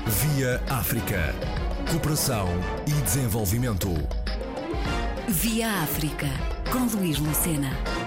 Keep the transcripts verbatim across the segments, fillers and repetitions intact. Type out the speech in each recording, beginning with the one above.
Via África. Cooperação e desenvolvimento. Via África, com Luís Lucena.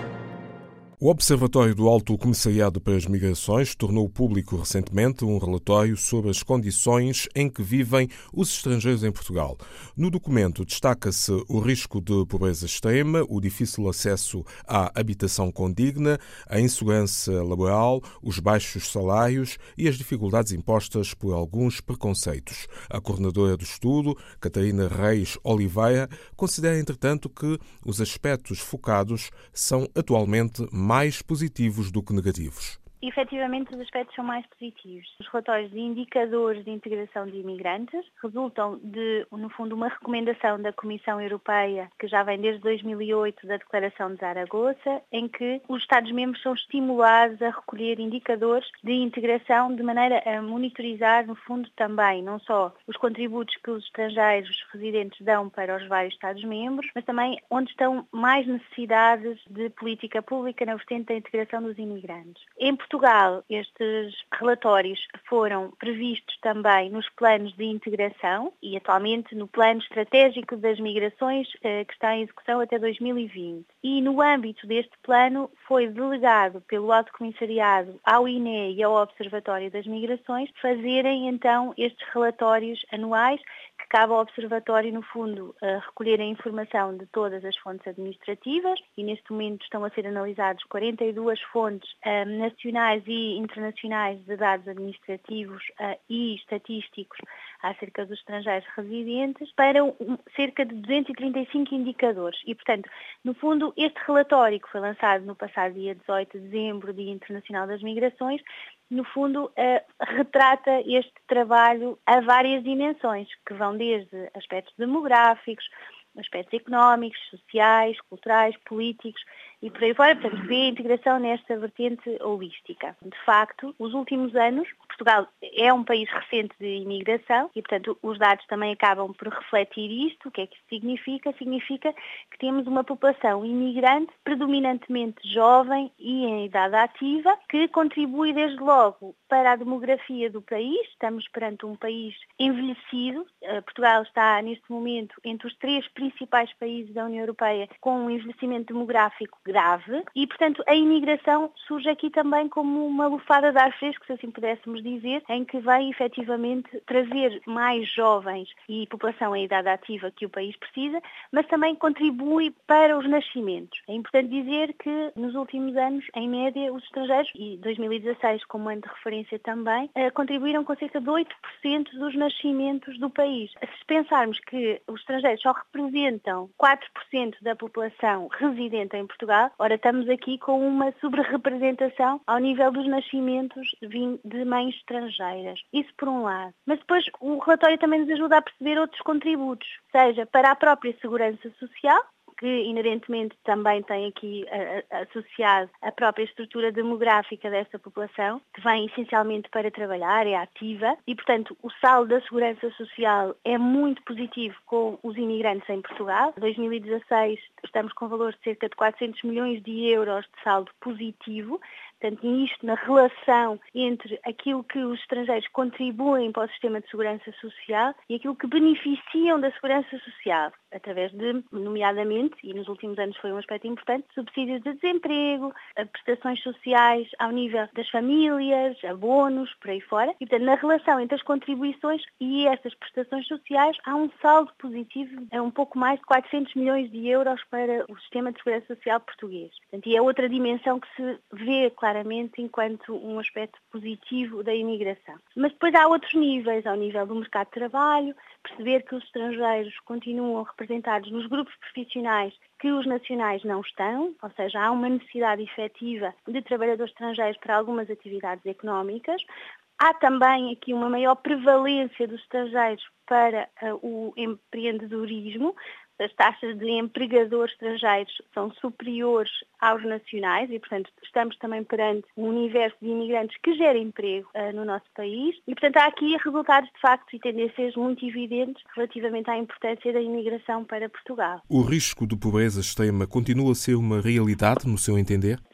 O Observatório do Alto Comissariado para as Migrações tornou público recentemente um relatório sobre as condições em que vivem os estrangeiros em Portugal. No documento destaca-se o risco de pobreza extrema, o difícil acesso à habitação condigna, a insegurança laboral, os baixos salários e as dificuldades impostas por alguns preconceitos. A coordenadora do estudo, Catarina Reis Oliveira, considera, entretanto, que os aspectos focados são atualmente mais mais positivos do que negativos. Efetivamente, os aspectos são mais positivos. Os relatórios de indicadores de integração de imigrantes resultam de, no fundo, uma recomendação da Comissão Europeia, que já vem desde dois mil e oito, da Declaração de Zaragoza, em que os Estados-membros são estimulados a recolher indicadores de integração de maneira a monitorizar, no fundo, também, não só os contributos que os estrangeiros residentes dão para os vários Estados-membros, mas também onde estão mais necessidades de política pública na vertente da integração dos imigrantes. Em Portugal, estes relatórios foram previstos também nos planos de integração e atualmente no Plano Estratégico das Migrações, que está em execução até dois mil e vinte. E no âmbito deste plano foi delegado pelo Alto Comissariado ao I N E e ao Observatório das Migrações fazerem então estes relatórios anuais que cabe ao Observatório, no fundo, a recolher a informação de todas as fontes administrativas e neste momento estão a ser analisados quarenta e duas fontes um, nacionais e internacionais de dados administrativos uh, e estatísticos acerca dos estrangeiros residentes para um, cerca de duzentos e trinta e cinco indicadores. E, portanto, no fundo, este relatório que foi lançado no passado dia dezoito de dezembro, Dia Internacional das Migrações, no fundo, uh, retrata este trabalho a várias dimensões, que vão desde aspectos demográficos, aspectos económicos, sociais, culturais, políticos e por aí fora, portanto, vê a integração nesta vertente holística. De facto, os últimos anos, Portugal é um país recente de imigração e, portanto, os dados também acabam por refletir isto. O que é que isso significa? Significa que temos uma população imigrante predominantemente jovem e em idade ativa, que contribui desde logo para a demografia do país. Estamos perante um país envelhecido. Portugal está, neste momento, entre os três principais países da União Europeia com um envelhecimento demográfico grave e, portanto, a imigração surge aqui também como uma lufada de ar fresco, se assim pudéssemos dizer, em que vai efetivamente trazer mais jovens e população em idade ativa que o país precisa, mas também contribui para os nascimentos. É importante dizer que nos últimos anos, em média, os estrangeiros, e dois mil e dezasseis como ano de referência também, contribuíram com cerca de oito por cento dos nascimentos do país. Se pensarmos que os estrangeiros só representam quatro por cento da população residente em Portugal, ora estamos aqui com uma sobre-representação ao nível dos nascimentos de mães estrangeiras. Isso por um lado. Mas depois o relatório também nos ajuda a perceber outros contributos, seja para a própria segurança social, que inerentemente também tem aqui a, a, associado a própria estrutura demográfica desta população, que vem essencialmente para trabalhar, é ativa, e portanto o saldo da segurança social é muito positivo com os imigrantes em Portugal. Em dois mil e dezasseis estamos com valor de cerca de quatrocentos milhões de euros de saldo positivo. Portanto, isto na relação entre aquilo que os estrangeiros contribuem para o sistema de segurança social e aquilo que beneficiam da segurança social, através de, nomeadamente, e nos últimos anos foi um aspecto importante, subsídios de desemprego, prestações sociais ao nível das famílias, abonos, por aí fora. E, portanto, na relação entre as contribuições e estas prestações sociais, há um saldo positivo, é um pouco mais de quatrocentos milhões de euros para o sistema de segurança social português. Portanto, e é outra dimensão que se vê claramente enquanto um aspecto positivo da imigração. Mas depois há outros níveis, ao nível do mercado de trabalho, perceber que os estrangeiros continuam representados nos grupos profissionais que os nacionais não estão, ou seja, há uma necessidade efetiva de trabalhadores estrangeiros para algumas atividades económicas. Há também aqui uma maior prevalência dos estrangeiros para uh, o empreendedorismo. As taxas de empregadores estrangeiros são superiores aos nacionais e, portanto, estamos também perante um universo de imigrantes que gera emprego uh, no nosso país e, portanto, há aqui resultados de facto e tendências muito evidentes relativamente à importância da imigração para Portugal. O risco de pobreza extrema continua a ser uma realidade, no seu entender?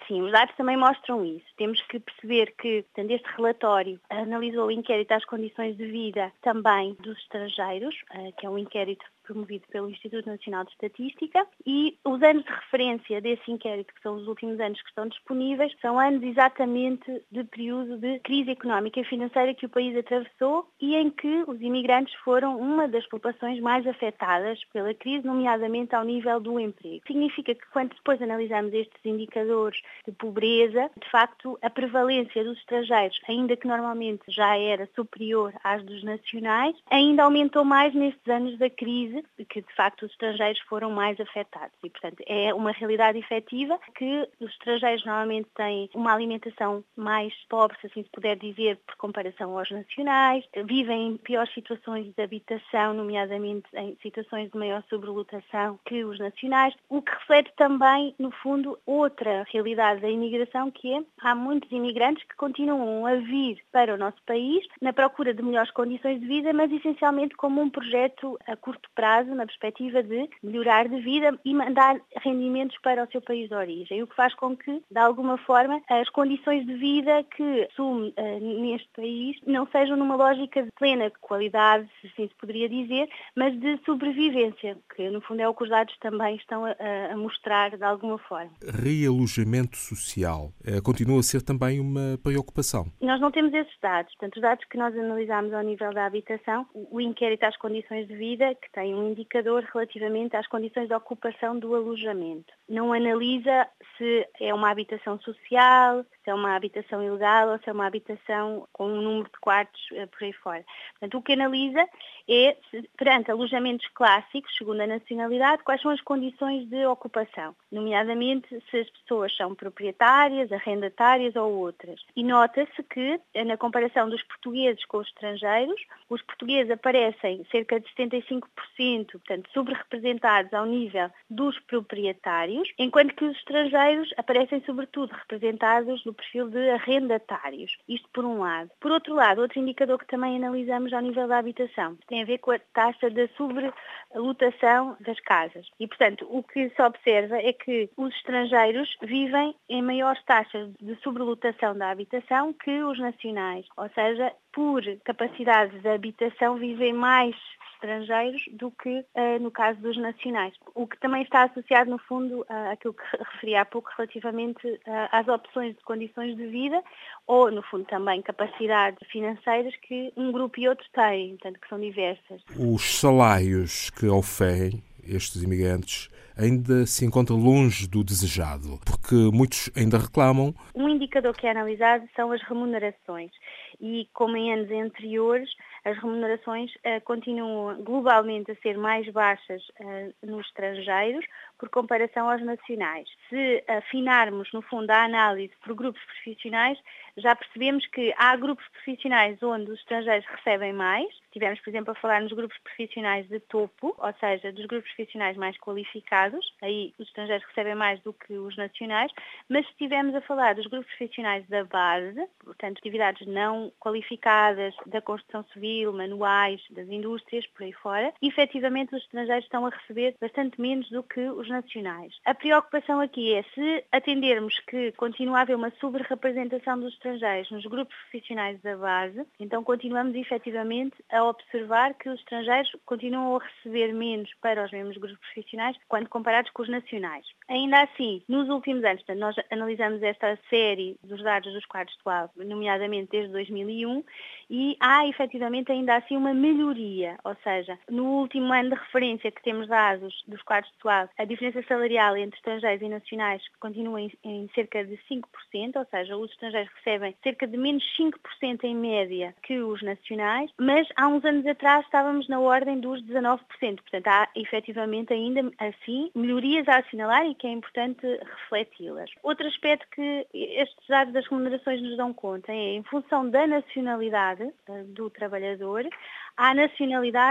sim, os dados também mostram isso. Temos que perceber que, portanto, este relatório analisou o inquérito às condições de vida também dos estrangeiros, que é um inquérito promovido pelo Instituto Nacional de Estatística, e os anos de referência desse inquérito, que são os últimos anos que estão disponíveis, são anos exatamente de período de crise económica e financeira que o país atravessou e em que os imigrantes foram uma das populações mais afetadas pela crise, nomeadamente ao nível do emprego. Significa que quando depois analisamos estes indicadores de pobreza, de facto a prevalência dos estrangeiros, ainda que normalmente já era superior às dos nacionais, ainda aumentou mais nestes anos da crise, que de facto os estrangeiros foram mais afetados. E, portanto, é uma realidade efetiva que os estrangeiros normalmente têm uma alimentação mais pobre, se assim se puder dizer, por comparação aos nacionais, vivem em piores situações de habitação, nomeadamente em situações de maior sobrelotação que os nacionais, o que reflete também, no fundo, outra realidade da imigração, que é há muitos imigrantes que continuam a vir para o nosso país na procura de melhores condições de vida, mas essencialmente como um projeto a curto prazo, na perspectiva de melhorar de vida e mandar rendimentos para o seu país de origem, o que faz com que, de alguma forma, as condições de vida que assume uh, neste país não sejam numa lógica de plena qualidade, se assim se poderia dizer, mas de sobrevivência, que no fundo é o que os dados também estão a, a mostrar de alguma forma. Realojamento social eh, continua a ser também uma preocupação. Nós não temos esses dados, portanto os dados que nós analisamos ao nível da habitação, o inquérito às condições de vida, que tem um indicador relativamente às condições de ocupação do alojamento. Não analisa se é uma habitação social, se é uma habitação ilegal ou se é uma habitação com um número de quartos uh, por aí fora. Portanto, o que analisa é, se, perante alojamentos clássicos, segundo a nacionalidade, quais são as condições de ocupação, nomeadamente se as pessoas são proprietárias, arrendatárias ou outras. E nota-se que, na comparação dos portugueses com os estrangeiros, os portugueses aparecem cerca de setenta e cinco por cento, portanto, sobre-representados ao nível dos proprietários, enquanto que os estrangeiros aparecem sobretudo representados no perfil de arrendatários. Isto por um lado. Por outro lado, outro indicador que também analisamos ao nível da habitação tem a ver com a taxa de sobrelotação das casas. E, portanto, o que se observa é que os estrangeiros vivem em maiores taxas de sobrelotação da habitação que os nacionais. Ou seja, por capacidade de habitação vivem mais estrangeiros do que uh, no caso dos nacionais. O que também está associado, no fundo, uh, àquilo que referi há pouco relativamente uh, às opções de condições de vida ou, no fundo, também capacidades financeiras que um grupo e outro têm, portanto, que são diversas. Os salários que oferem estes imigrantes ainda se encontra longe do desejado, porque muitos ainda reclamam. Um indicador que é analisado são as remunerações e, como em anos anteriores, as remunerações uh, continuam globalmente a ser mais baixas uh, nos estrangeiros por comparação aos nacionais. Se afinarmos, no fundo, a análise por grupos profissionais, já percebemos que há grupos profissionais onde os estrangeiros recebem mais. Estivemos, por exemplo, a falar nos grupos profissionais de topo, ou seja, dos grupos profissionais mais qualificados, aí os estrangeiros recebem mais do que os nacionais, mas se estivermos a falar dos grupos profissionais da base, portanto, atividades não qualificadas, da construção civil, manuais, das indústrias, por aí fora, efetivamente os estrangeiros estão a receber bastante menos do que os nacionais. A preocupação aqui é se atendermos que continua a haver uma sobre-representação dos estrangeiros nos grupos profissionais da base, então continuamos efetivamente a observar que os estrangeiros continuam a receber menos para os mesmos grupos profissionais quando comparados com os nacionais. Ainda assim, nos últimos anos, portanto, nós analisamos esta série dos dados dos quadros atuais, nomeadamente desde dois mil e um, e há efetivamente ainda assim uma melhoria, ou seja, no último ano de referência que temos dados dos quadros atuais, a diferença salarial entre estrangeiros e nacionais continua em, em cerca de cinco por cento, ou seja, os estrangeiros recebem cerca de menos cinco por cento em média que os nacionais, mas há uns anos atrás estávamos na ordem dos dezanove por cento, portanto há efetivamente ainda assim melhorias a assinalar e que é importante refleti-las. Outro aspecto que estes dados das remunerações nos dão conta é, em função da nacionalidade uh, do trabalhador, há nacionalidades que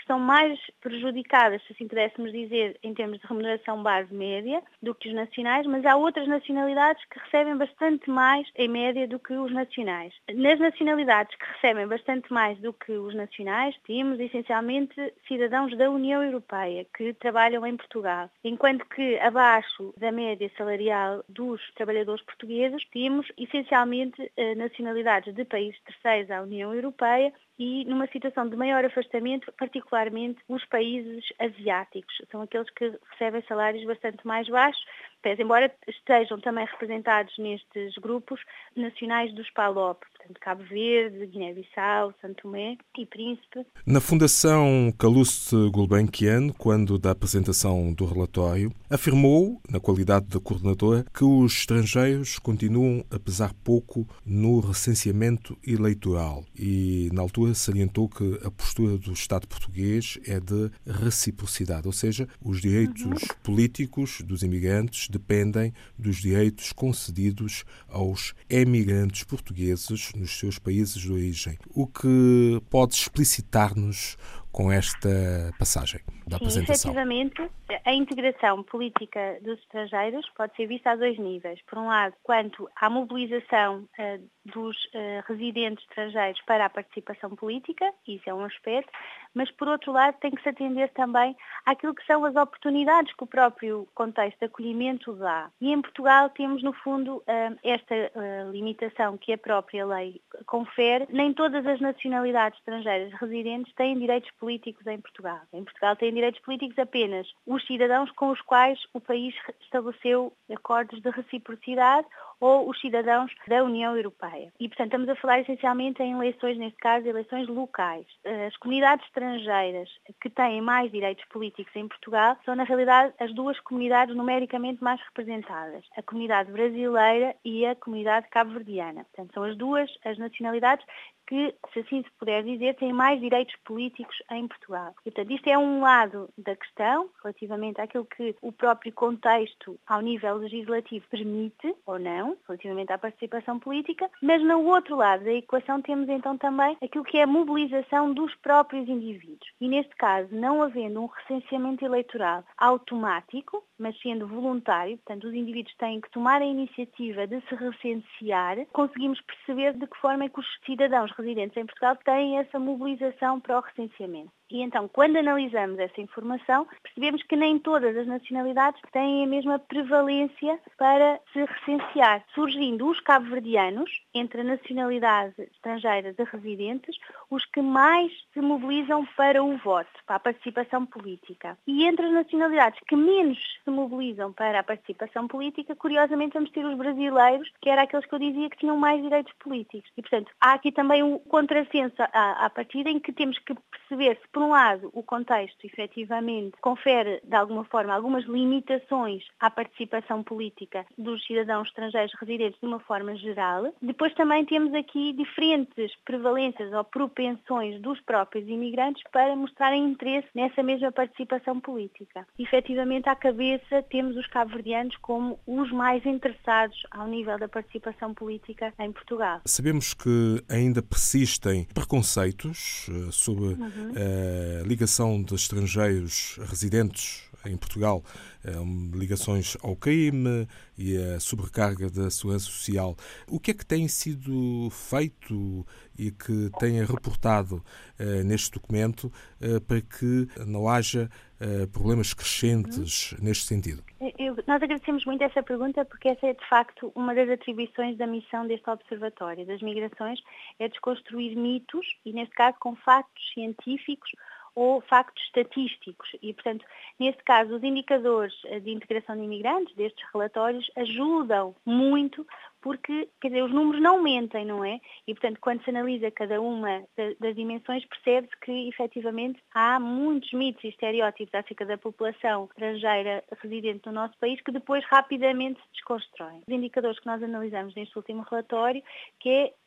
estão mais prejudicadas, se assim pudéssemos dizer, em termos de remuneração base média, do que os nacionais, mas há outras nacionalidades que recebem bastante mais, em média, do que os nacionais. Nas nacionalidades que recebem bastante mais do que os nacionais, temos essencialmente cidadãos da União Europeia que trabalham em Portugal, enquanto que abaixo da média salarial dos trabalhadores portugueses temos essencialmente nacionalidades de países terceiros à União Europeia e numa situação de maior afastamento, particularmente os países asiáticos. São aqueles que recebem salários bastante mais baixos, pese embora estejam também representados nestes grupos nacionais dos PALOP, portanto Cabo Verde, Guiné-Bissau, São Tomé e Príncipe. Na Fundação Calouste Gulbenkian, quando da apresentação do relatório, afirmou, na qualidade de coordenadora, que os estrangeiros continuam a pesar pouco no recenseamento eleitoral e, na altura, salientou que a postura do Estado português é de reciprocidade, ou seja, os direitos uhum. políticos dos imigrantes dependem dos direitos concedidos aos emigrantes portugueses nos seus países de origem. O que pode explicitar-nos com esta passagem da Sim, apresentação? Efetivamente, a integração política dos estrangeiros pode ser vista a dois níveis. Por um lado, quanto à mobilização uh, dos uh, residentes estrangeiros para a participação política, isso é um aspecto, mas por outro lado tem que se atender também àquilo que são as oportunidades que o próprio contexto de acolhimento dá. E em Portugal temos, no fundo, uh, esta uh, limitação que a própria lei confere. Nem todas as nacionalidades estrangeiras residentes têm direitos políticos em Portugal. Em Portugal têm direitos políticos apenas os cidadãos com os quais o país estabeleceu acordos de reciprocidade ou os cidadãos da União Europeia. E, portanto, estamos a falar essencialmente em eleições, neste caso, eleições locais. As comunidades estrangeiras que têm mais direitos políticos em Portugal são, na realidade, as duas comunidades numericamente mais representadas, a comunidade brasileira e a comunidade cabo-verdiana. Portanto, são as duas as nacionalidades que, se assim se puder dizer, têm mais direitos políticos em Portugal. E, portanto, isto é um lado da questão, relativamente àquilo que o próprio contexto, ao nível legislativo, permite ou não, relativamente à participação política, mas no outro lado da equação temos então também aquilo que é a mobilização dos próprios indivíduos. E neste caso, não havendo um recenseamento eleitoral automático, mas sendo voluntário, portanto os indivíduos têm que tomar a iniciativa de se recensear, conseguimos perceber de que forma é que os cidadãos residentes em Portugal têm essa mobilização para o recenseamento. E então, quando analisamos essa informação, percebemos que nem todas as nacionalidades têm a mesma prevalência para se recensear, surgindo os cabo-verdianos, entre a nacionalidade estrangeira de residentes, os que mais se mobilizam para o voto, para a participação política. E entre as nacionalidades que menos se mobilizam para a participação política, curiosamente vamos ter os brasileiros, que eram aqueles que eu dizia que tinham mais direitos políticos. E, portanto, há aqui também um contrassenso à, à partida em que temos que perceber se, por um lado, o contexto, efetivamente, confere, de alguma forma, algumas limitações à participação política dos cidadãos estrangeiros residentes de uma forma geral. Depois também temos aqui diferentes prevalências ou propensões dos próprios imigrantes para mostrarem interesse nessa mesma participação política. Efetivamente, à cabeça, temos os cabo-verdianos como os mais interessados ao nível da participação política em Portugal. Sabemos que ainda persistem preconceitos sobre uhum. a ligação de estrangeiros residentes em Portugal, ligações ao crime e a sobrecarga da segurança social. O que é que tem sido feito e que tem reportado uh, neste documento uh, para que não haja uh, problemas crescentes uhum. neste sentido? Eu, nós agradecemos muito essa pergunta porque essa é, de facto, uma das atribuições da missão deste Observatório das Migrações, é desconstruir mitos e, neste caso, com factos científicos ou factos estatísticos. E, portanto, neste caso, os indicadores de integração de imigrantes destes relatórios ajudam muito porque, quer dizer, os números não mentem, não é? E, portanto, quando se analisa cada uma das dimensões, percebe-se que, efetivamente, há muitos mitos e estereótipos acerca da população estrangeira residente no nosso país que depois rapidamente se desconstroem. Os indicadores que nós analisamos neste último relatório, que é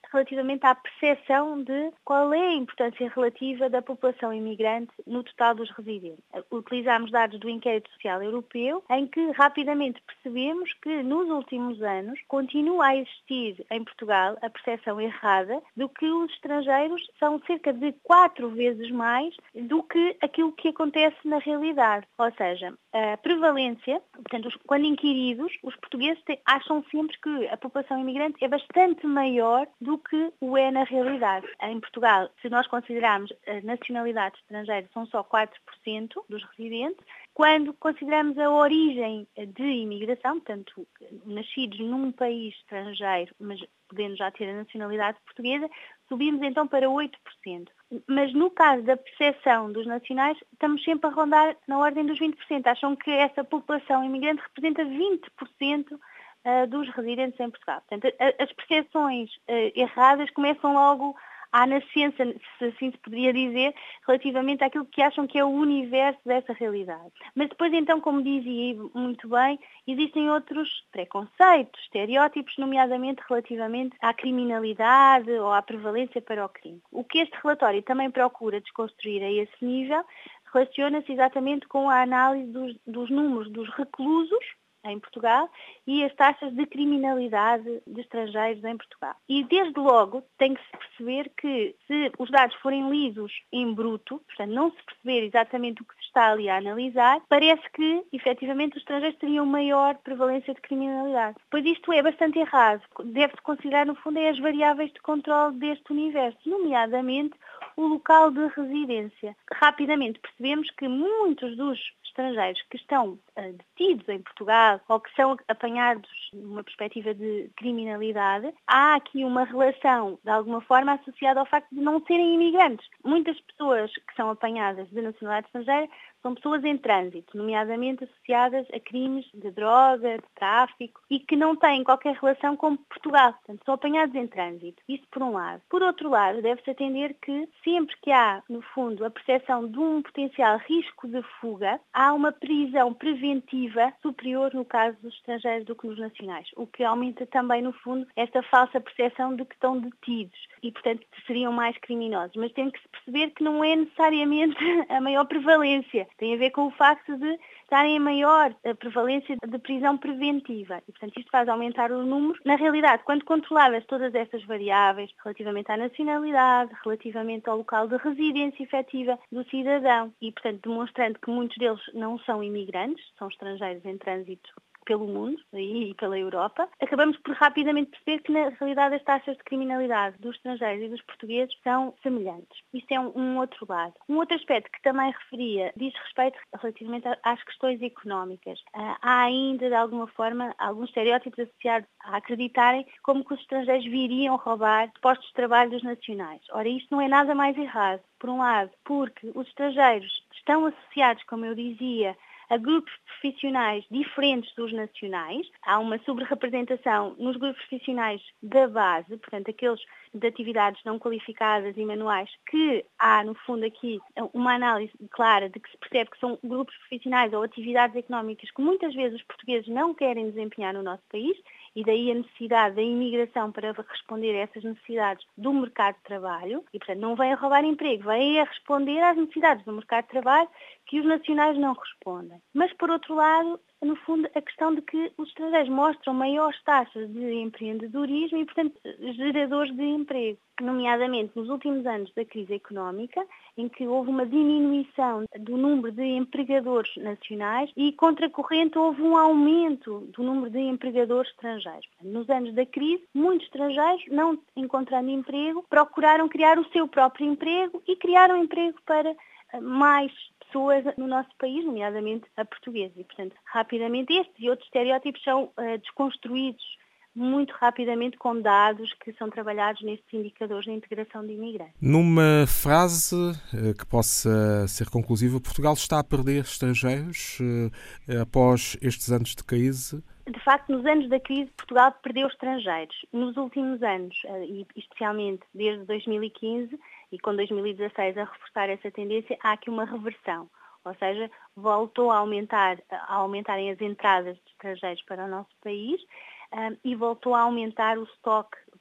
relativamente à percepção de qual é a importância relativa da população imigrante no total dos residentes. Utilizámos dados do Inquérito Social Europeu, em que rapidamente percebemos que nos últimos anos continua a existir em Portugal a percepção errada do que os estrangeiros são cerca de quatro vezes mais do que aquilo que acontece na realidade. Ou seja, a prevalência, portanto, quando inquiridos, os portugueses acham sempre que a população imigrante é bastante maior do que o é na realidade. Em Portugal, se nós considerarmos a nacionalidade estrangeira, são só quatro por cento dos residentes. Quando consideramos a origem de imigração, portanto, nascidos num país estrangeiro, mas podendo já ter a nacionalidade portuguesa, subimos então para oito por cento. Mas no caso da percepção dos nacionais, estamos sempre a rondar na ordem dos vinte por cento. Acham que essa população imigrante representa vinte por cento dos residentes em Portugal. Portanto, as percepções erradas começam logo à nascença, se assim se poderia dizer, relativamente àquilo que acham que é o universo dessa realidade. Mas depois, então, como dizia muito bem, existem outros preconceitos, estereótipos, nomeadamente relativamente à criminalidade ou à prevalência para o crime. O que este relatório também procura desconstruir a esse nível relaciona-se exatamente com a análise dos, dos números dos reclusos em Portugal e as taxas de criminalidade de estrangeiros em Portugal. E desde logo tem que se perceber que se os dados forem lidos em bruto, portanto não se perceber exatamente o que se está ali a analisar, parece que efetivamente os estrangeiros teriam maior prevalência de criminalidade. Pois isto é bastante errado. Deve-se considerar no fundo as variáveis de controle deste universo, nomeadamente o local de residência. Rapidamente percebemos que muitos dos estrangeiros que estão uh, detidos em Portugal ou que são apanhados numa perspectiva de criminalidade, há aqui uma relação, de alguma forma, associada ao facto de não serem imigrantes. Muitas pessoas que são apanhadas de nacionalidade estrangeira são pessoas em trânsito, nomeadamente associadas a crimes de droga, de tráfico, e que não têm qualquer relação com Portugal. Portanto, são apanhados em trânsito. Isso por um lado. Por outro lado, deve-se atender que sempre que há, no fundo, a percepção de um potencial risco de fuga, há uma prisão preventiva superior no caso dos estrangeiros do que nos nacionais, o que aumenta também, no fundo, esta falsa percepção de que estão detidos e, portanto, seriam mais criminosos. Mas tem que se perceber que não é necessariamente a maior prevalência. Tem a ver com o facto de estarem a maior prevalência de prisão preventiva. E, portanto, isto faz aumentar o número. Na realidade, quando controladas todas estas variáveis, relativamente à nacionalidade, relativamente ao local de residência efetiva do cidadão, e, portanto, demonstrando que muitos deles não são imigrantes, são estrangeiros em trânsito pelo mundo e pela Europa, acabamos por rapidamente perceber que, na realidade, as taxas de criminalidade dos estrangeiros e dos portugueses são semelhantes. Isto é um, um outro lado. Um outro aspecto que também referia diz respeito relativamente às questões económicas. Uh, há ainda, de alguma forma, alguns estereótipos associados a acreditarem como que os estrangeiros viriam roubar postos de trabalho dos nacionais. Ora, isto não é nada mais errado. Por um lado, porque os estrangeiros estão associados, como eu dizia, a grupos profissionais diferentes dos nacionais. Há uma sobre-representação nos grupos profissionais da base, portanto, aqueles de atividades não qualificadas e manuais, que há, no fundo, aqui uma análise clara de que se percebe que são grupos profissionais ou atividades económicas que muitas vezes os portugueses não querem desempenhar no nosso país, e daí a necessidade da imigração para responder a essas necessidades do mercado de trabalho. E, portanto, não vem a roubar emprego, vem a responder às necessidades do mercado de trabalho que os nacionais não respondem. Mas, por outro lado, no fundo, a questão de que os estrangeiros mostram maiores taxas de empreendedorismo e, portanto, geradores de emprego, nomeadamente nos últimos anos da crise económica, em que houve uma diminuição do número de empregadores nacionais e, contracorrente, houve um aumento do número de empregadores estrangeiros. Nos anos da crise, muitos estrangeiros, não encontrando emprego, procuraram criar o seu próprio emprego e criaram emprego para mais pessoas no nosso país, nomeadamente a portuguesa. E, portanto, rapidamente estes e outros estereótipos são uh, desconstruídos muito rapidamente com dados que são trabalhados nestes indicadores de integração de imigrantes. Numa frase uh, que possa ser conclusiva, Portugal está a perder estrangeiros uh, após estes anos de crise? De facto, nos anos da crise, Portugal perdeu estrangeiros. Nos últimos anos, e especialmente desde dois mil e quinze e com dois mil e dezasseis a reforçar essa tendência, há aqui uma reversão. Ou seja, voltou a aumentar, a aumentarem as entradas de estrangeiros para o nosso país um, e voltou a aumentar o estoque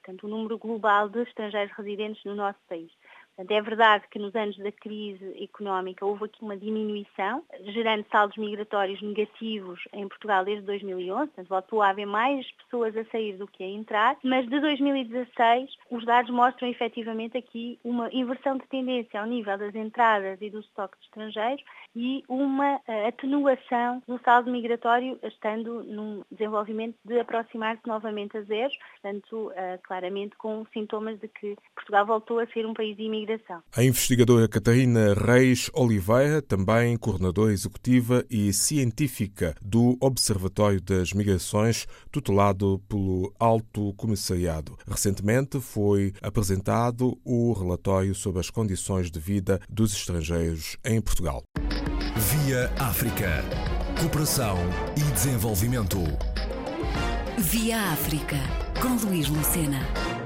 portanto, o número global de estrangeiros residentes no nosso país. Portanto, é verdade que nos anos da crise económica houve aqui uma diminuição, gerando saldos migratórios negativos em Portugal desde dois mil e onze, portanto, voltou a haver mais pessoas a sair do que a entrar, mas de dois mil e dezasseis os dados mostram efetivamente aqui uma inversão de tendência ao nível das entradas e do estoque de estrangeiros e uma uh, atenuação do saldo migratório, estando num desenvolvimento de aproximar-se novamente a zeros, portanto, uh, claramente com sintomas de que Portugal voltou a ser um país de imigração. A investigadora Catarina Reis Oliveira, também coordenadora executiva e científica do Observatório das Migrações, tutelado pelo Alto Comissariado. Recentemente foi apresentado o relatório sobre as condições de vida dos estrangeiros em Portugal. Via África. Cooperação e desenvolvimento. Via África, com Luís Lucena.